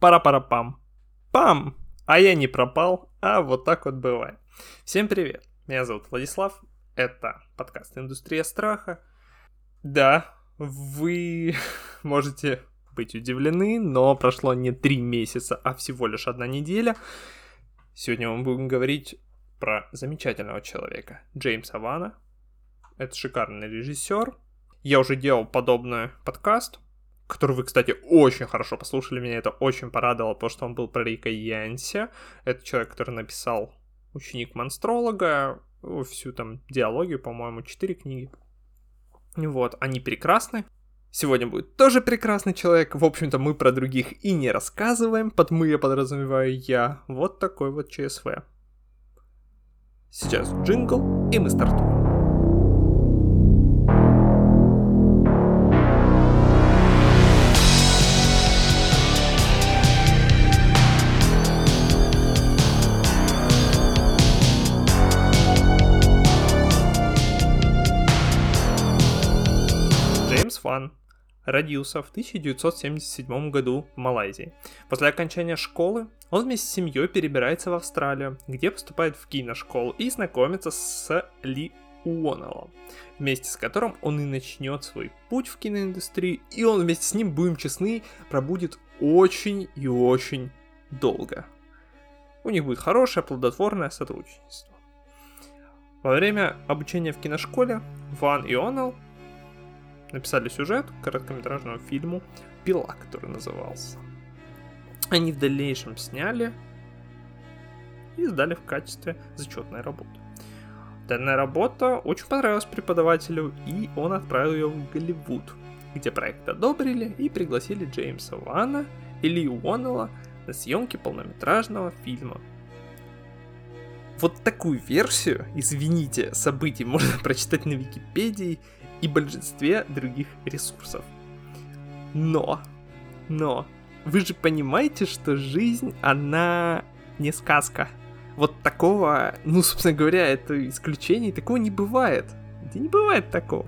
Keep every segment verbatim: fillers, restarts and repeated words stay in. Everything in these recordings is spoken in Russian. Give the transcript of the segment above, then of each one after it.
Пара-пара-пам. Пам! А я не пропал, а вот так вот бывает. Всем привет, меня зовут Владислав, это подкаст «Индустрия страха». Да, вы можете быть удивлены, но прошло не три месяца, а всего лишь одна неделя. Сегодня мы будем говорить про замечательного человека, Джеймса Вана. Это шикарный режиссер. Я уже делал подобный подкаст, который вы, кстати, очень хорошо послушали. Меня это очень порадовало, потому что он был про Рика Янси. Это человек, который написал «Ученик монстролога», всю там диалогию, по-моему, четыре книги. Вот, они прекрасны. Сегодня будет тоже прекрасный человек. В общем-то, мы про других и не рассказываем. Под «мы» я подразумеваю я. Вот такой вот ЧСВ. Сейчас джингл, и мы стартуем. Джеймс Ван родился в тысяча девятьсот семьдесят седьмом году в Малайзии. После окончания школы он вместе с семьей перебирается в Австралию, где поступает в киношколу и знакомится с Ли Уоннеллом, вместе с которым он и начнет свой путь в киноиндустрии, и он вместе с ним, будем честны, пробудет очень и очень долго. У них будет хорошее, плодотворное сотрудничество. Во время обучения в киношколе Ван и Уоннелл написали сюжет к короткометражному фильму «Пила», который назывался. Они в дальнейшем сняли и сдали в качестве зачетной работы. Данная работа очень понравилась преподавателю, и он отправил ее в Голливуд, где проект одобрили и пригласили Джеймса Вана и Ли Уоннелла на съемки полнометражного фильма. Вот такую версию, извините, событий можно прочитать на Википедии и большинстве других ресурсов. Но, но, вы же понимаете, что жизнь, она не сказка. Вот такого, ну, собственно говоря, это исключение, такого не бывает. Да не бывает такого.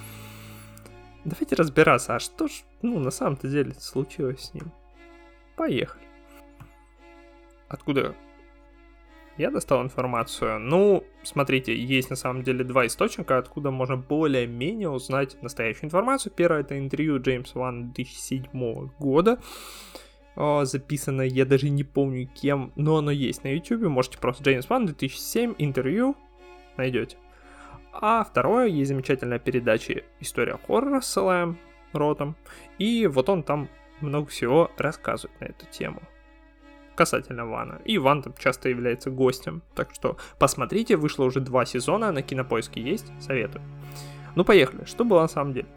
Давайте разбираться, а что ж, ну, на самом-то деле случилось с ним. Поехали. Откуда я достал информацию? Ну, смотрите, есть на самом деле два источника, откуда можно более-менее узнать настоящую информацию. Первое — это интервью Джеймса Вана две тысячи седьмого года, записанное, я даже не помню кем, но оно есть на YouTube. Можете просто Джеймс Ван две тысячи семь интервью найдете. А второе, есть замечательная передача «История хоррора» с Элаем Ротом, и вот он там много всего рассказывает на эту тему касательно Вана. И Ван там часто является гостем. Так что посмотрите, вышло уже два сезона, на Кинопоиске есть, советую. Ну, поехали. Что было на самом деле?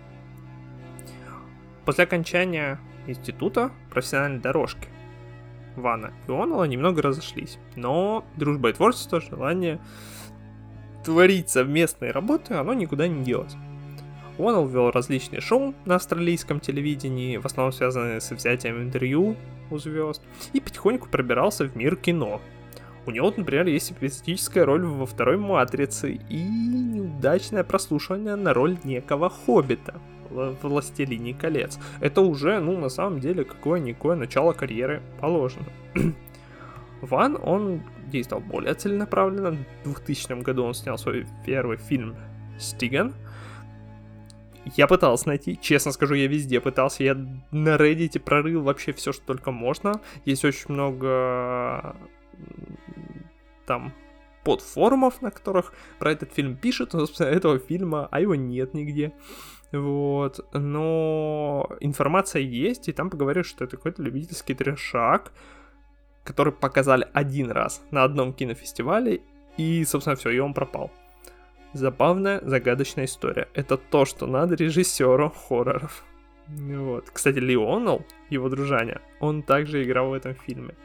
После окончания института профессиональной дорожки Вана и Уоннелла немного разошлись. Но дружба и творчество, желание творить совместные работы, оно никуда не делось. Уоннелл вел различные шоу на австралийском телевидении, в основном связанные с взятием интервью у звезд, и потихоньку пробирался в мир кино. У него, например, есть эпизодическая роль во второй «Матрице» и неудачное прослушивание на роль некого Хоббита в «Властелине колец». Это уже, ну, на самом деле, какое-никакое начало карьеры положено. Ван, он действовал более целенаправленно. В двухтысячном году он снял свой первый фильм «Стиган». Я пытался найти, честно скажу, я везде пытался, я на Reddit прорыл вообще все, что только можно. Есть очень много там подфорумов, на которых про этот фильм пишут, но, собственно, этого фильма, а его нет нигде. Вот, но информация есть, и там поговорили, что это какой-то любительский трешак, который показали один раз на одном кинофестивале, и, собственно, все, и он пропал. Забавная, загадочная история. Это то, что надо режиссеру хорроров. Вот. Кстати, Ли Уоннелл, его дружаня, он также играл в этом фильме.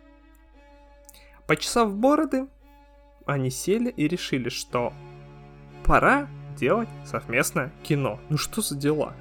Почесав бороды, они сели и решили, что пора делать совместное кино. Ну что за дела?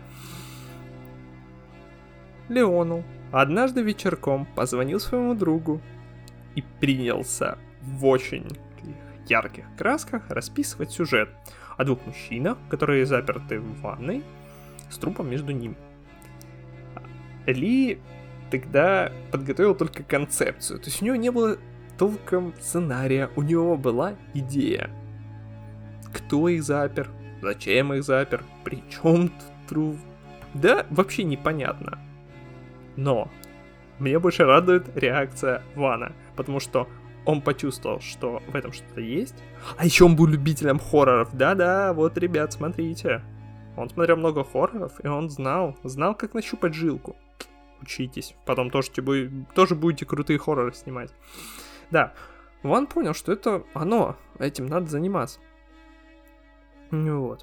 Ли Уоннелл однажды вечерком позвонил своему другу и принялся в очень ярких красках расписывать сюжет о двух мужчинах, которые заперты в ванной с трупом между ними. Ли тогда подготовил только концепцию. То есть у него не было толком сценария, у него была идея. Кто их запер, зачем их запер, при чем тут... Да, вообще непонятно. Но мне больше радует реакция Вана, потому что он почувствовал, что в этом что-то есть. А еще он был любителем хорроров. Да-да, вот, ребят, смотрите. Он смотрел много хорроров, и он знал, знал, как нащупать жилку. Учитесь, потом тоже, тоже будете крутые хорроры снимать. Да, Ван понял, что это оно, этим надо заниматься. Вот.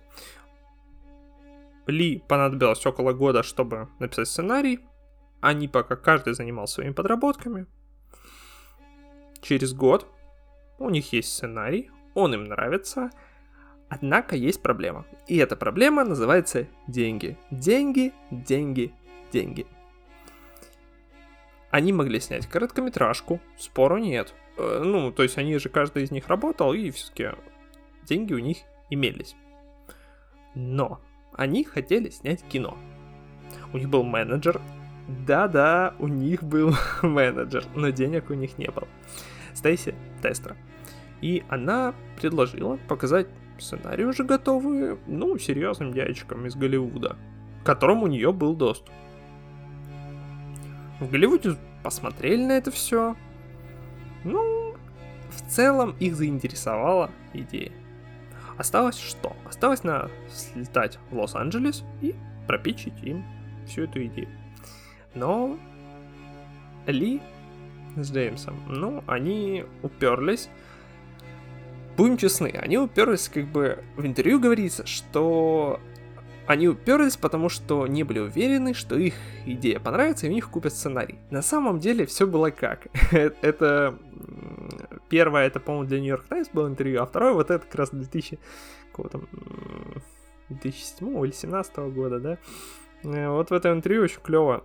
Ли понадобилось около года, чтобы написать сценарий. Они пока каждый занимался своими подработками. Через год у них есть сценарий, он им нравится, однако есть проблема. И эта проблема называется деньги. Деньги, деньги, деньги. Они могли снять короткометражку, спору нет. Ну, то есть они же, каждый из них работал, и все-таки деньги у них имелись. Но они хотели снять кино. У них был менеджер. Да-да, у них был менеджер, но денег у них не было. Стейси Тестра. И она предложила показать сценарий уже готовый, ну, серьезным дядечкам из Голливуда, к которому у нее был доступ. В Голливуде посмотрели на это все. Ну, в целом их заинтересовала идея. Осталось что? Осталось на слетать в Лос-Анджелес и пропичить им всю эту идею. Но Ли с Джеймсом, ну, они уперлись. Будем честны, они уперлись, как бы в интервью говорится, что они уперлись, потому что не были уверены, что их идея понравится и у них купят сценарий. На самом деле все было как. Это первое, это, по-моему, для New York Times было интервью, а второе, вот это как раз две тысячи седьмого или две тысячи семнадцатого года, да. Вот в этом интервью очень клево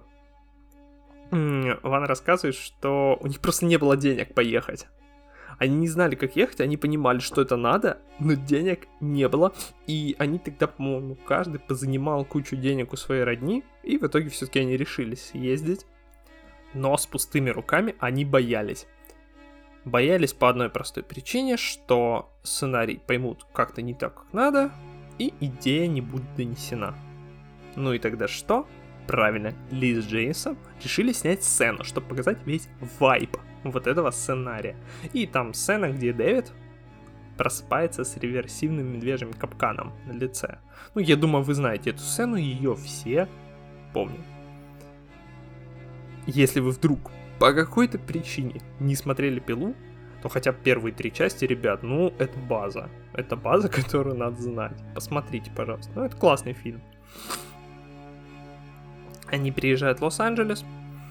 Ван рассказывает, что у них просто не было денег поехать. Они не знали, как ехать, они понимали, что это надо, но денег не было. И они тогда, по-моему, каждый позанимал кучу денег у своей родни, и в итоге все-таки они решились ездить. Но с пустыми руками они боялись. Боялись по одной простой причине, что сценарий поймут как-то не так, как надо, и идея не будет донесена. Ну и тогда что? Правильно, Ли с Джеймсом решили снять сцену, чтобы показать весь вайб вот этого сценария. И там сцена, где Дэвид просыпается с реверсивным медвежьим капканом на лице. Ну, я думаю, вы знаете эту сцену, ее все помнят. Если вы вдруг по какой-то причине не смотрели «Пилу», то хотя бы первые три части, ребят, ну, это база. Это база, которую надо знать. Посмотрите, пожалуйста. Ну, это классный фильм. Они приезжают в Лос-Анджелес,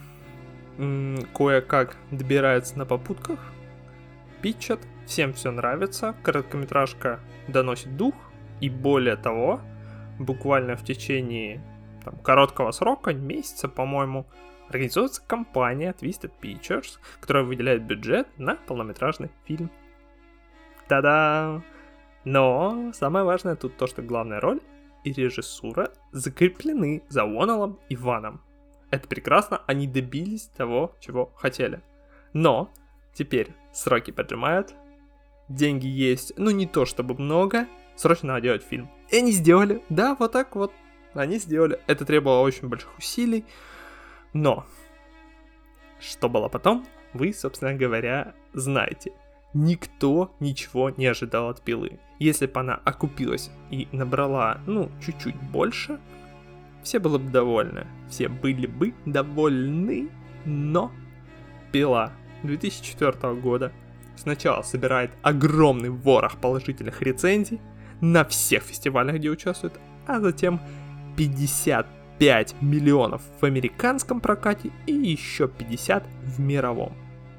кое-как добираются на попутках, питчат, всем все нравится, короткометражка доносит дух, и более того, буквально в течение там, короткого срока, месяца, по-моему, организуется компания Twisted Pictures, которая выделяет бюджет на полнометражный фильм. Та-да! Но самое важное тут то, что главная роль и режиссура закреплены за Уоннеллом и Ваном. Это прекрасно, они добились того, чего хотели. Но теперь сроки поджимают, деньги есть, ну не то чтобы много, срочно надо делать фильм. И они сделали, да, вот так вот, они сделали. Это требовало очень больших усилий, но что было потом, вы, собственно говоря, знаете. Никто ничего не ожидал от «Пилы». Если бы она окупилась и набрала, ну, чуть-чуть больше, все были бы довольны. Все были бы довольны, но «Пила» две тысячи четвёртого года сначала собирает огромный ворох положительных рецензий на всех фестивалях, где участвует, а затем пятьдесят пять миллионов в американском прокате и еще пятьдесят в мировом.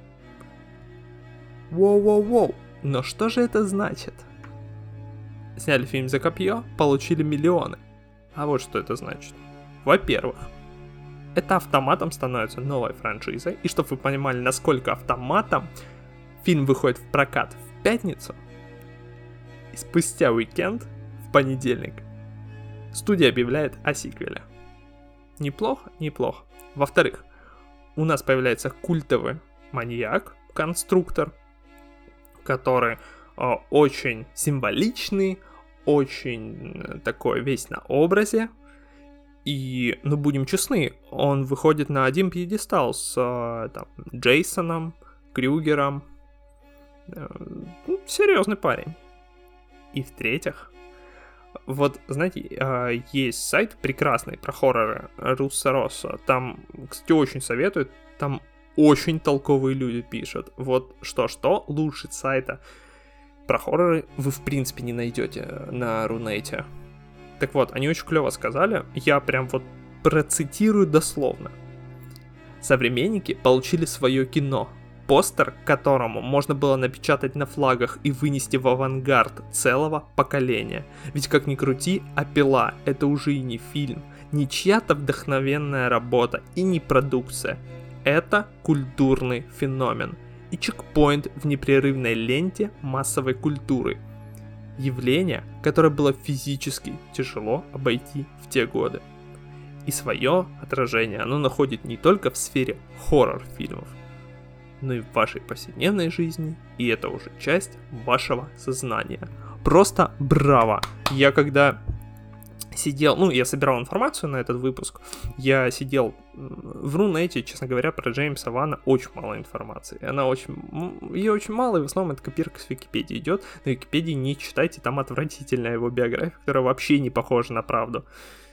Воу-воу-воу, но что же это значит? Сняли фильм за копье, получили миллионы. А вот что это значит. Во-первых, это автоматом становится новой франшизой. И чтобы вы понимали, насколько автоматом, фильм выходит в прокат в пятницу. И спустя уикенд, в понедельник, студия объявляет о сиквеле. Неплохо? Неплохо. Во-вторых, у нас появляется культовый маньяк, конструктор, который э, очень символичный, очень такой весь на образе. И, ну, будем честны, он выходит на один пьедестал с э, там, Джейсоном, Крюгером. Э, ну, серьезный парень. И в-третьих, вот, знаете, э, есть сайт прекрасный про хорроры Руссо Россо. Там, кстати, очень советуют. Там очень толковые люди пишут. Вот что-что, лучше сайта про хорроры вы, в принципе, не найдете на Рунете. Так вот, они очень клево сказали, я прям вот процитирую дословно. Современники получили свое кино, постер, к которому можно было напечатать на флагах и вынести в авангард целого поколения. Ведь как ни крути, а «Пила» — это уже и не фильм, не чья-то вдохновенная работа и не продукция. Это культурный феномен и чекпоинт в непрерывной ленте массовой культуры. Явление, которое было физически тяжело обойти в те годы. И свое отражение оно находит не только в сфере хоррор-фильмов, но и в вашей повседневной жизни, и это уже часть вашего сознания. Просто браво! Я когда сидел, ну, я собирал информацию на этот выпуск, я сидел в Рунете, честно говоря, про Джеймса Вана очень мало информации. Она очень, ее очень мало, и в основном это копирка с Википедии идет. На Википедии не читайте, там отвратительная его биография, которая вообще не похожа на правду.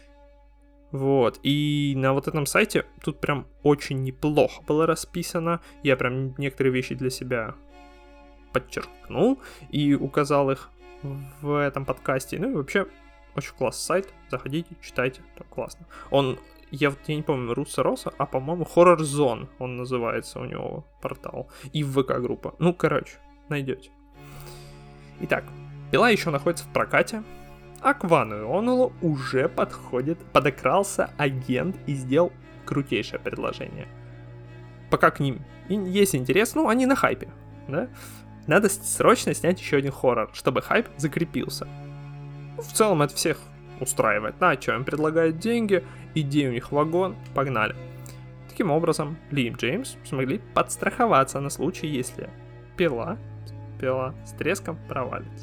Вот, и на вот этом сайте тут прям очень неплохо было расписано. Я прям некоторые вещи для себя подчеркнул и указал их в этом подкасте. Ну и вообще очень классный сайт, заходите, читайте, там классно. Он, я, я не помню, Руссо Россо, а по-моему Horror Zone он называется, у него портал. И в ВК-группа. Ну, короче, найдете. Итак, «Пила» еще находится в прокате, а к Вану Ионеллу уже подходит, подокрался агент и сделал крутейшее предложение. Пока к ним есть интерес, ну, они на хайпе, да? Надо срочно снять еще один хоррор, чтобы хайп закрепился. В целом это всех устраивает. Да, что им предлагают деньги, идеи у них вагон, погнали. Таким образом, Ли и Джеймс смогли подстраховаться на случай, если пила, пила с треском провалится.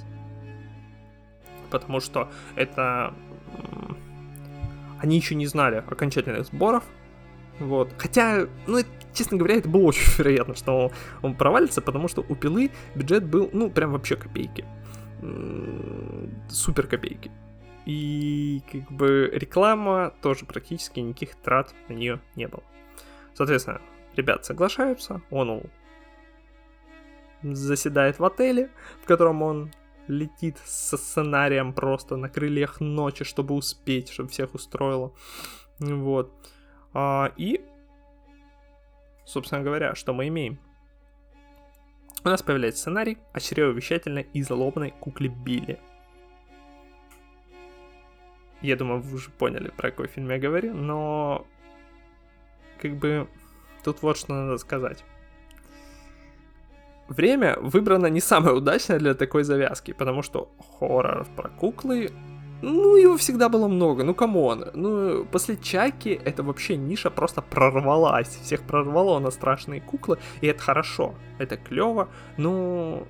Потому что это... Они еще не знали окончательных сборов. Вот. Хотя, ну, это, честно говоря, это было очень вероятно, что он, он провалится, потому что у пилы бюджет был, ну, прям вообще копейки. Супер копейки. И как бы реклама тоже практически никаких трат на нее не было. Соответственно, ребят соглашаются, он заседает в отеле, в котором он летит со сценарием просто на крыльях ночи, чтобы успеть, чтобы всех устроило. Вот. И, собственно говоря, что мы имеем? У нас появляется сценарий о чревовещательной и злобной кукле Билли. Я думаю, вы уже поняли, про какой фильм я говорю, но как бы тут вот что надо сказать. Время выбрано не самое удачное для такой завязки, потому что хорроров про куклы, ну, его всегда было много, ну, камон. Ну, после Чаки эта вообще ниша просто прорвалась, всех прорвало на страшные куклы, и это хорошо, это клево, но...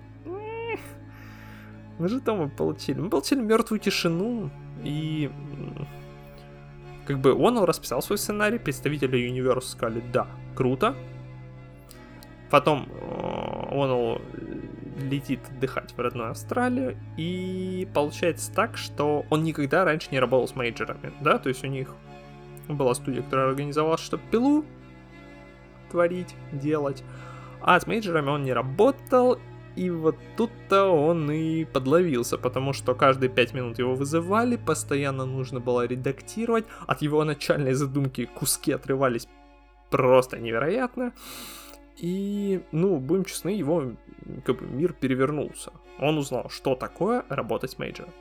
Мы же дома получили, мы получили «Мертвую тишину», и... Как бы он расписал свой сценарий, представители Universe сказали, да, круто. Потом он летит отдыхать в родную Австралию, и получается так, что он никогда раньше не работал с мейджерами, да, то есть у них была студия, которая организовала, чтобы пилу творить, делать, а с мейджерами он не работал, и вот тут-то он и подловился, потому что каждые пять минут его вызывали, постоянно нужно было редактировать, от его начальной задумки куски отрывались просто невероятно. И, ну, будем честны, его как бы, мир перевернулся. Он узнал, что такое работать с мейджером.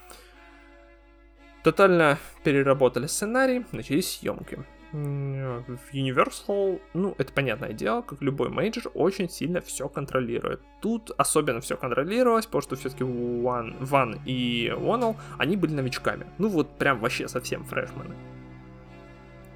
Тотально переработали сценарий, начались съемки. В Universal, ну, это понятное дело, как любой мейджор, очень сильно все контролирует. Тут особенно все контролировалось, потому что все-таки Ван, Ван и Уоннелл, они были новичками. Ну, вот прям вообще совсем фрешмены.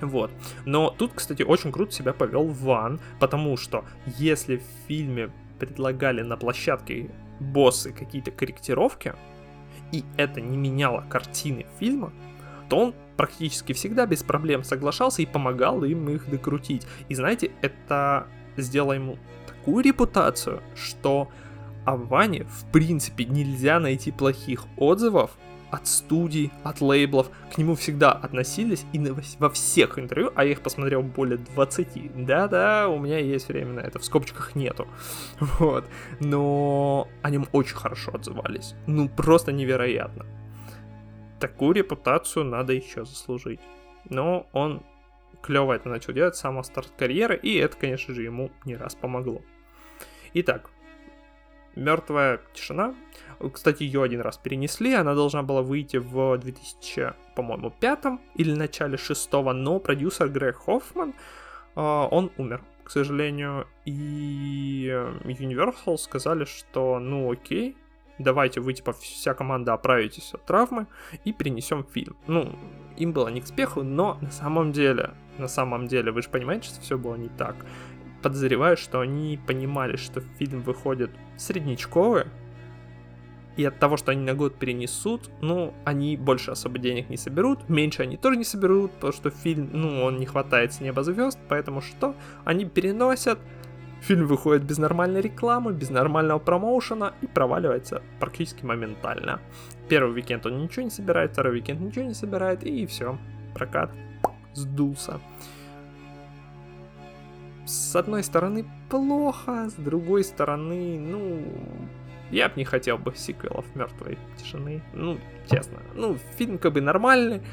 Вот. Но тут, кстати, очень круто себя повел Ван, потому что если в фильме предлагали на площадке боссы какие-то корректировки, и это не меняло картины фильма, то он практически всегда без проблем соглашался и помогал им их докрутить. И знаете, это сделало ему такую репутацию, что о Ване в принципе нельзя найти плохих отзывов от студий, от лейблов. К нему всегда относились, и во всех интервью, а я их посмотрел более двадцати, да-да, у меня есть время на это, в скобочках нету, вот, но о нем очень хорошо отзывались, ну просто невероятно. Такую репутацию надо еще заслужить. Но он клево это начал делать с самого старта карьеры, и это, конечно же, ему не раз помогло. Итак, «Мертвая тишина». Кстати, ее один раз перенесли, она должна была выйти в две тысячи, по-моему, пятом или начале шестого, но продюсер Грег Хоффман, он умер, к сожалению, и Universal сказали, что ну окей, давайте вы, типа, вся команда оправитесь от травмы и перенесем фильм. Ну, им было не к спеху, но на самом деле, на самом деле, вы же понимаете, что все было не так. Подозреваю, что они понимали, что фильм выходит среднячковый, и от того, что они на год перенесут, ну, они больше особо денег не соберут, меньше они тоже не соберут, потому что фильм, ну, он не хватает с неба звезд, поэтому что? Они переносят, фильм выходит без нормальной рекламы, без нормального промоушена и проваливается практически моментально. Первый уикенд он ничего не собирает, второй уикенд ничего не собирает, и все, прокат сдулся. С одной стороны плохо, с другой стороны, ну, я бы не хотел бы сиквелов «Мертвой тишины», ну, честно. Ну, фильм как бы нормальный,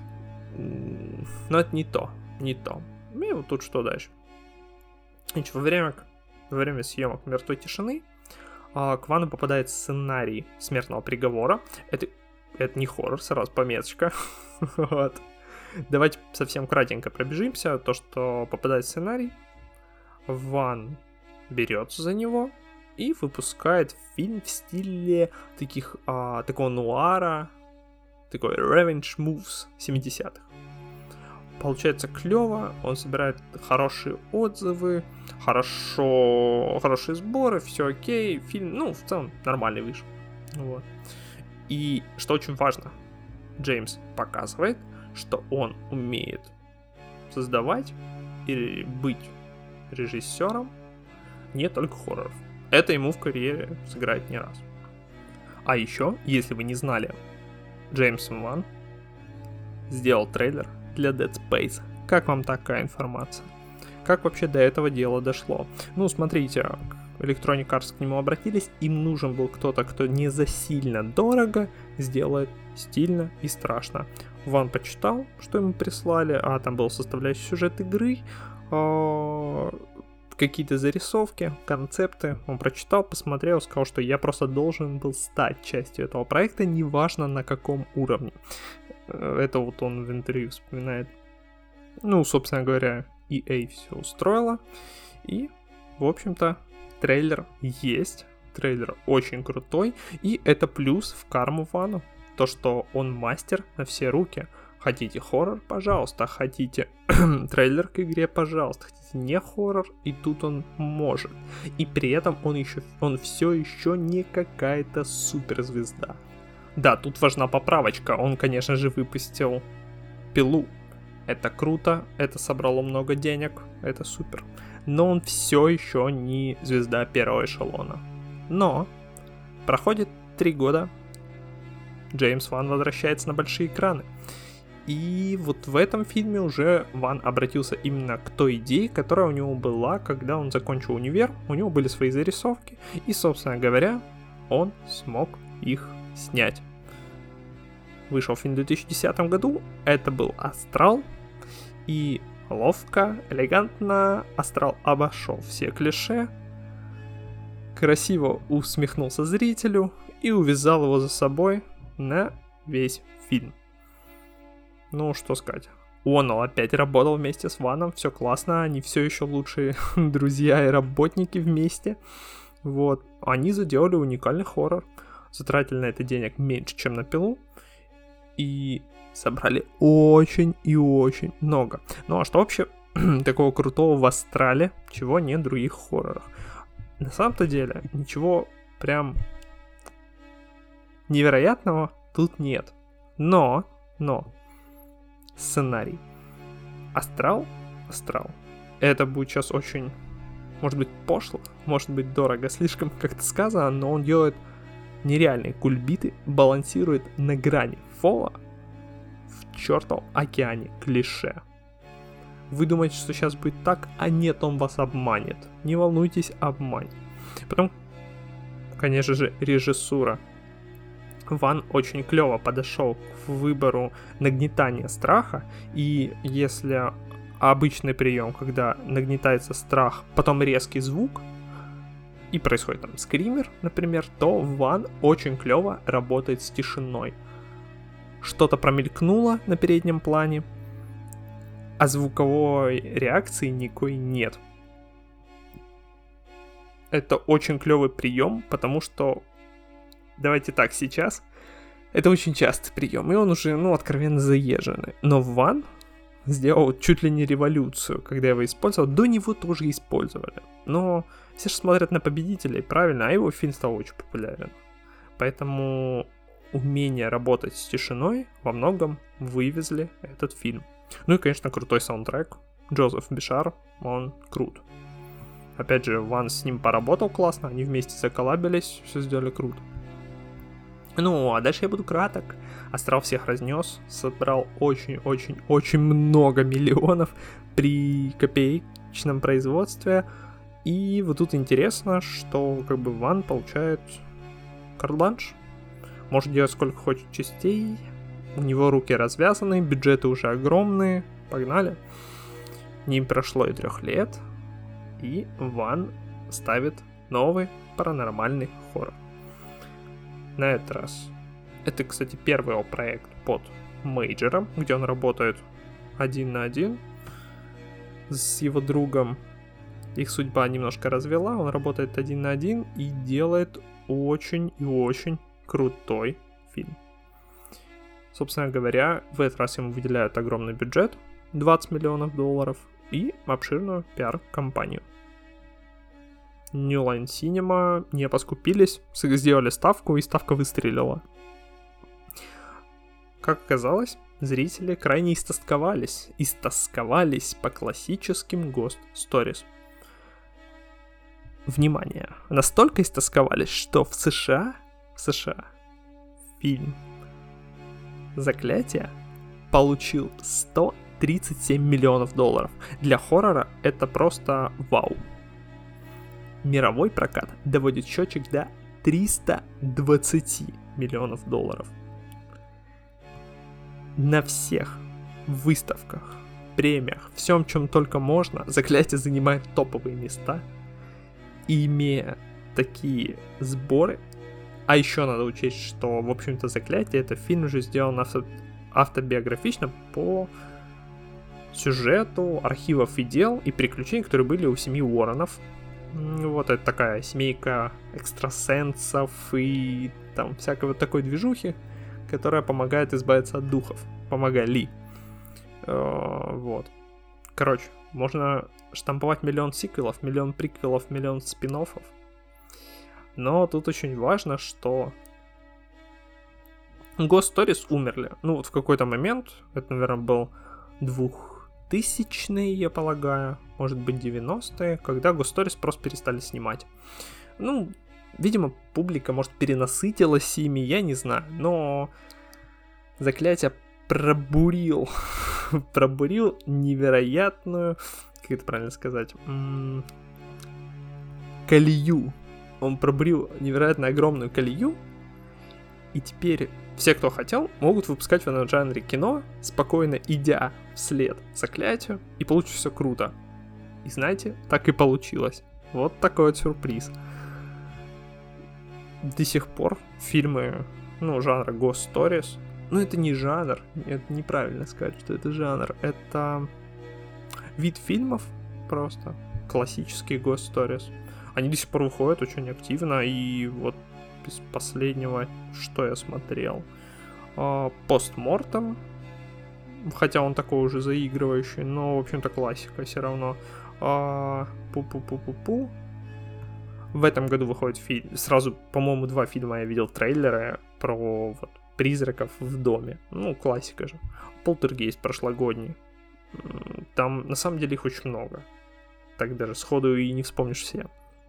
но это не то, не то. И вот тут что дальше? Значит, во время, во время съемок «Мертвой тишины» к Вану попадает сценарий «Смертного приговора». Это, это не хоррор, сразу пометочка. Вот. Давайте совсем кратенько пробежимся. То, что попадает сценарий, Ван берется за него и выпускает фильм в стиле таких, а, такого нуара, такой revenge moves семидесятых. Получается клево, он собирает хорошие отзывы, хорошо, хорошие сборы, все окей, фильм, ну, в целом нормальный вышел. Вот. И что очень важно, Джеймс показывает, что он умеет создавать или быть режиссером не только хорроров. Это ему в карьере сыграет не раз. А еще, если вы не знали, Джеймс Ван сделал трейлер для Dead Space. Как вам такая информация? Как вообще до этого дела дошло? Ну, смотрите, Electronic Arts к нему обратились, им нужен был кто-то, кто не за сильно дорого сделает стильно и страшно. Ван почитал, что ему прислали, а там был составляющий сюжет игры, какие-то зарисовки, концепты. Он прочитал, посмотрел, сказал, что я просто должен был стать частью этого проекта, неважно на каком уровне. Это вот он в интервью вспоминает. Ну, собственно говоря, и эй все устроило. И, в общем-то, трейлер есть. Трейлер очень крутой. И это плюс в карму Вану. То, что он мастер на все руки. Хотите хоррор, пожалуйста. Хотите трейлер к игре, пожалуйста. Хотите не хоррор, и тут он может. И при этом он еще, он все еще не какая-то суперзвезда. Да, тут важна поправочка. Он, конечно же, выпустил Пилу. Это круто, это собрало много денег, это супер. Но он все еще не звезда первого эшелона. Но проходит три года, Джеймс Ван возвращается на большие экраны. И вот в этом фильме уже Ван обратился именно к той идее, которая у него была, когда он закончил универ. У него были свои зарисовки, и, собственно говоря, он смог их снять. Вышел фильм в две тысячи десятом году, это был «Астрал», и ловко, элегантно Астрал обошел все клише, красиво усмехнулся зрителю и увязал его за собой на весь фильм. Ну, что сказать. Уоннелл опять работал вместе с Ваном, все классно, они все еще лучшие друзья и работники вместе. Вот, они заделали уникальный хоррор, затратили на это денег меньше, чем на Пилу. И собрали очень и очень много. Ну а что вообще такого крутого в «Астрале», чего нет в других хоррорах? На самом-то деле ничего прям невероятного тут нет. Но, но, сценарий. Астрал, Астрал. Это будет сейчас очень, может быть, пошло, может быть, дорого, слишком как-то сказано, но он делает нереальные кульбиты, балансирует на грани фола в чертовом океане клише. Вы думаете, что сейчас будет так, а нет, он вас обманет. Не волнуйтесь, обманет. Потом, конечно же, режиссура. Ван очень клево подошел к выбору нагнетания страха, и если обычный прием, когда нагнетается страх, потом резкий звук, и происходит там скример, например, то Ван очень клево работает с тишиной. Что-то промелькнуло на переднем плане, а звуковой реакции никакой нет. Это очень клевый прием, потому что, давайте так, сейчас это очень частый прием, и он уже, ну, откровенно заезженный. Но Ван сделал чуть ли не революцию, когда его использовал. До него тоже использовали. Но все же смотрят на победителей, правильно, а его фильм стал очень популярен. Поэтому умение работать с тишиной во многом вывезли этот фильм. Ну и, конечно, крутой саундтрек. Джозеф Бишар, он крут. Опять же, Ван с ним поработал классно, они вместе заколлабились, все сделали круто. Ну, а дальше я буду краток. Астрал всех разнес, собрал очень-очень-очень много миллионов при копеечном производстве. И вот тут интересно, что как бы Ван получает карт-бланш. Может делать сколько хочет частей. У него руки развязаны, бюджеты уже огромные. Погнали. Не прошло и трех лет. И Ван ставит новый паранормальный хоррор. На этот раз. Это, кстати, первый его проект под мейджором, где он работает один на один с его другом. Их судьба немножко развела, он работает один на один и делает очень и очень крутой фильм. Собственно говоря, в этот раз ему выделяют огромный бюджет, двадцать миллионов долларов, и обширную пиар-компанию. New Line Cinema не поскупились, сделали ставку, и ставка выстрелила. Как оказалось, зрители крайне истосковались, истосковались по классическим Ghost Stories. Внимание! Настолько истосковались, что в США, в США фильм «Заклятие» получил сто тридцать семь миллионов долларов. Для хоррора это просто вау. Мировой прокат доводит счетчик до триста двадцать миллионов долларов. На всех выставках, премиях, всем, чем только можно, «Заклятие» занимает топовые места. И имея такие сборы, а еще надо учесть, что, в общем-то, «Заклятие» — это фильм уже сделан авто- автобиографично по сюжету архивов и дел и приключений, которые были у семьи Уорренов. Вот это такая семейка экстрасенсов и там всякой вот такой движухи, которая помогает избавиться от духов. Помогали. Вот. Короче, можно штамповать миллион сиквелов, миллион приквелов, миллион спин-оффов. Но тут очень важно, что Ghost Stories умерли. Ну вот в какой-то момент, это, наверное, был двухтысячные, я полагаю, может быть девяностые, когда Ghost Stories просто перестали снимать. Ну, видимо, публика, может, перенасытилась ими, я не знаю, но «Заклятие» пробурил, пробурил невероятную, как это правильно сказать, м- колею. Он пробурил невероятно огромную колею, и теперь все, кто хотел, могут выпускать в этом жанре кино, спокойно идя вслед «Заклятию», и получится все круто. И знаете, так и получилось. Вот такой вот сюрприз. До сих пор фильмы, ну, жанра Ghost Stories, ну, это не жанр, это неправильно сказать, что это жанр, это вид фильмов просто, классические Ghost Stories. Они до сих пор выходят очень активно, и вот из последнего, что я смотрел, постмортем, хотя он такой уже заигрывающий, но, в общем-то, классика все равно. А, пу-пу-пу-пу-пу. В этом году выходит фильм, сразу, по-моему, два фильма я видел трейлеры про вот, призраков в доме. Ну, классика же. Полтергейст прошлогодний. Там, на самом деле, их очень много. Так даже сходу и не вспомнишь все.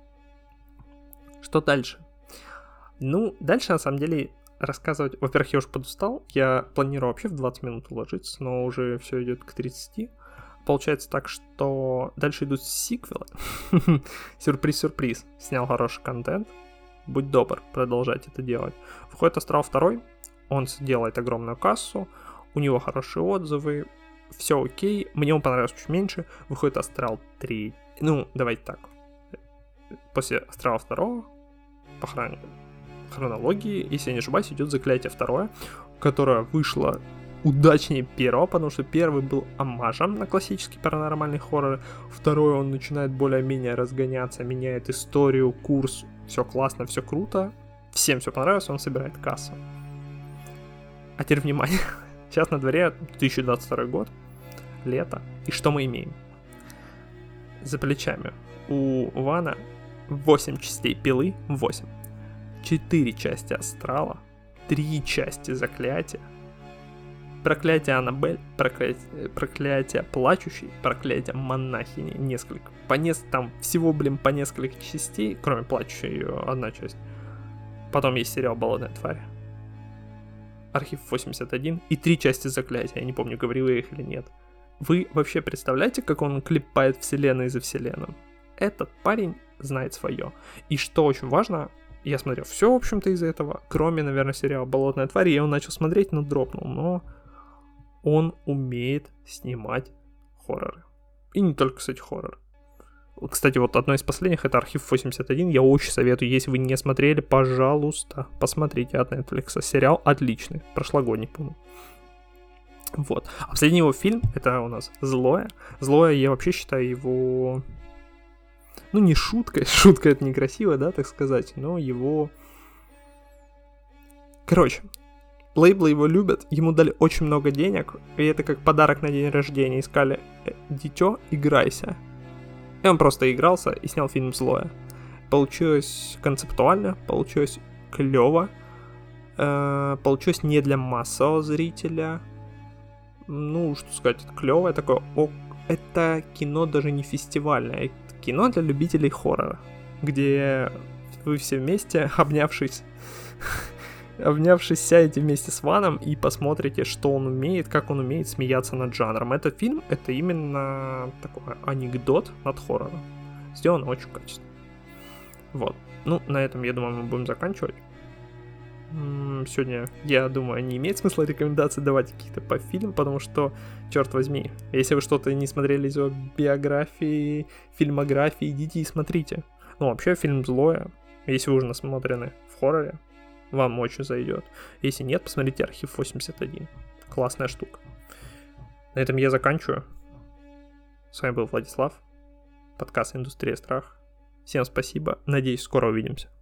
Что дальше? Ну, дальше, на самом деле, рассказывать... Во-первых, я уже подустал. Я планирую вообще в двадцать минут уложиться, но уже все идет к тридцати. Получается так, что дальше идут сиквелы. Сюрприз-сюрприз. Снял хороший контент. Будь добр, продолжать это делать. Выходит Астрал два. Он делает огромную кассу. У него хорошие отзывы. Все окей. Мне он понравился чуть меньше. Выходит Астрал три. Ну, давайте так. После Астрала два по хрон... хронологии, если я не ошибаюсь, идет Заклятие два, которое вышло удачнее первого, потому что первый был омажем на классический паранормальный хоррор, второй он начинает более-менее разгоняться, меняет историю, курс, все классно, все круто, всем все понравилось, он собирает кассу. А теперь внимание, сейчас на дворе две тысячи двадцать второй год, лето, и что мы имеем? За плечами у Вана восемь частей Пилы, восемь, четыре части Астрала, три части Заклятия, Проклятие Аннабель, проклятие, проклятие Плачущей, проклятие Монахини, несколько, по нес... там всего, блин, по несколько частей, кроме Плачущей ее одна часть. Потом есть сериал Болотная тварь, Архив восемьдесят один и три части Заклятия, я не помню, говорил я их или нет. Вы вообще представляете, как он клепает вселенную за вселенную? Этот парень знает свое. И что очень важно, я смотрел все, в общем-то, из-за этого, кроме, наверное, сериала «Болотная тварь», я его начал смотреть, но дропнул, но он умеет снимать хорроры. И не только, кстати, хоррор. Кстати, вот одно из последних, это «Архив восемьдесят один», я очень советую, если вы не смотрели, пожалуйста, посмотрите от Netflix. Сериал отличный, прошлогодний, по-моему. Вот. А последний его фильм, это у нас «Злое». «Злое» я вообще считаю его... Ну, не шуткой, шутка это некрасиво, да, так сказать, но его... Короче, лейблы его любят, ему дали очень много денег, и это как подарок на день рождения. Искали «Дитё, играйся». И он просто игрался и снял фильм «Злое». Получилось концептуально, получилось клёво, э, получилось не для массового зрителя. Ну, что сказать, это клёвое такое. О, это кино даже не фестивальное, кино для любителей хоррора, где вы все вместе, обнявшись, обнявшись, сядете вместе с Ваном и посмотрите, что он умеет, как он умеет смеяться над жанром. Этот фильм — это именно такой анекдот над хоррором. Сделан очень качественно. Вот. Ну, на этом, я думаю, мы будем заканчивать. Сегодня, я думаю, не имеет смысла рекомендации давать каких-то по фильмам, потому что, черт возьми, если вы что-то не смотрели из его биографии, фильмографии, идите и смотрите. Ну, вообще, фильм «Злое», если вы уже насмотрены в хорроре, вам очень зайдет. Если нет, посмотрите «Архив восемьдесят один». Классная штука. На этом я заканчиваю. С вами был Владислав, подкаст «Индустрия страха». Всем спасибо, надеюсь, скоро увидимся.